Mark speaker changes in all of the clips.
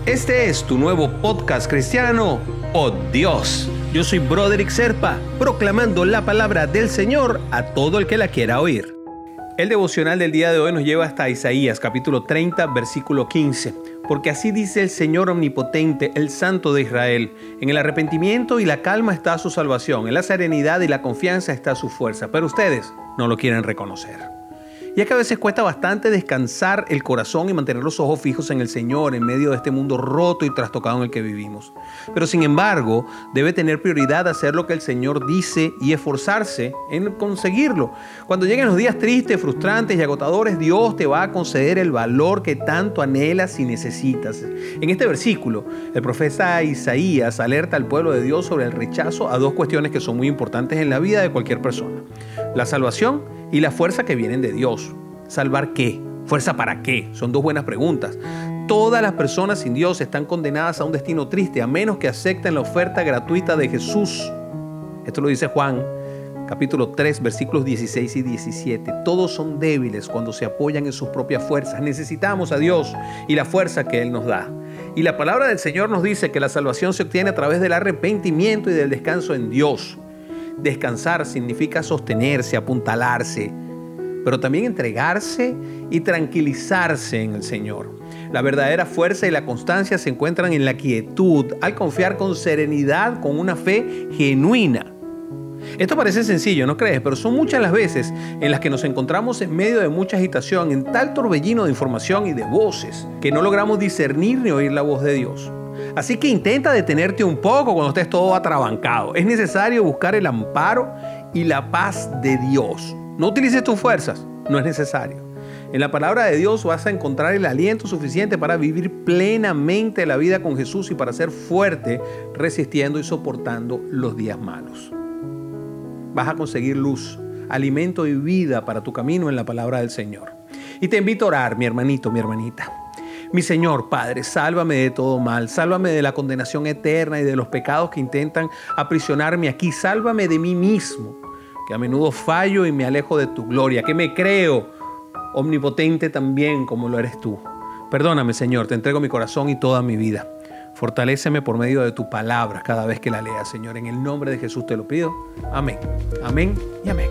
Speaker 1: Este es tu nuevo podcast cristiano, Oh Dios. Yo soy Broderick Serpa, proclamando la palabra del Señor a todo el que la quiera oír. El devocional del día de hoy nos lleva hasta Isaías, capítulo 30, versículo 15. Porque así dice el Señor omnipotente, el Santo de Israel: en el arrepentimiento y la calma está su salvación, en la serenidad y la confianza está su fuerza. Pero ustedes no lo quieren reconocer. Y es que a veces cuesta bastante descansar el corazón y mantener los ojos fijos en el Señor en medio de este mundo roto y trastocado en el que vivimos. Pero sin embargo, debe tener prioridad hacer lo que el Señor dice y esforzarse en conseguirlo. Cuando lleguen los días tristes, frustrantes y agotadores, Dios te va a conceder el valor que tanto anhelas y necesitas. En este versículo, el profeta Isaías alerta al pueblo de Dios sobre el rechazo a dos cuestiones que son muy importantes en la vida de cualquier persona: la salvación y la fuerza que vienen de Dios. ¿Salvar qué? ¿Fuerza para qué? Son dos buenas preguntas. Todas las personas sin Dios están condenadas a un destino triste, a menos que acepten la oferta gratuita de Jesús. Esto lo dice Juan, capítulo 3, versículos 16 y 17. Todos son débiles cuando se apoyan en sus propias fuerzas. Necesitamos a Dios y la fuerza que Él nos da. Y la palabra del Señor nos dice que la salvación se obtiene a través del arrepentimiento y del descanso en Dios. Descansar significa sostenerse, apuntalarse, pero también entregarse y tranquilizarse en el Señor. La verdadera fuerza y la constancia se encuentran en la quietud, al confiar con serenidad, con una fe genuina. Esto parece sencillo, ¿no crees? Pero son muchas las veces en las que nos encontramos en medio de mucha agitación, en tal torbellino de información y de voces, que no logramos discernir ni oír la voz de Dios. Así que intenta detenerte un poco cuando estés todo atrabancado. Es necesario buscar el amparo y la paz de Dios. No utilices tus fuerzas, no es necesario. En la palabra de Dios vas a encontrar el aliento suficiente para vivir plenamente la vida con Jesús y para ser fuerte resistiendo y soportando los días malos. Vas a conseguir luz, alimento y vida para tu camino en la palabra del Señor. Y te invito a orar, mi hermanito, mi hermanita. Mi Señor, Padre, sálvame de todo mal, sálvame de la condenación eterna y de los pecados que intentan aprisionarme aquí. Sálvame de mí mismo, que a menudo fallo y me alejo de tu gloria, que me creo omnipotente también como lo eres tú. Perdóname, Señor, te entrego mi corazón y toda mi vida. Fortaléceme por medio de tu palabra cada vez que la leas, Señor. En el nombre de Jesús te lo pido. Amén. Amén y amén.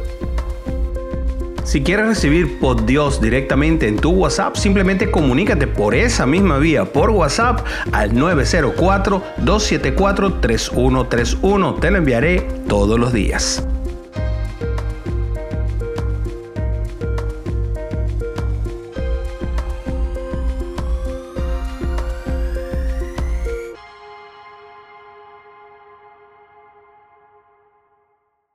Speaker 1: Si quieres recibir por Dios directamente en tu WhatsApp, simplemente comunícate por esa misma vía, por WhatsApp, al 904-274-3131. Te lo enviaré todos los días.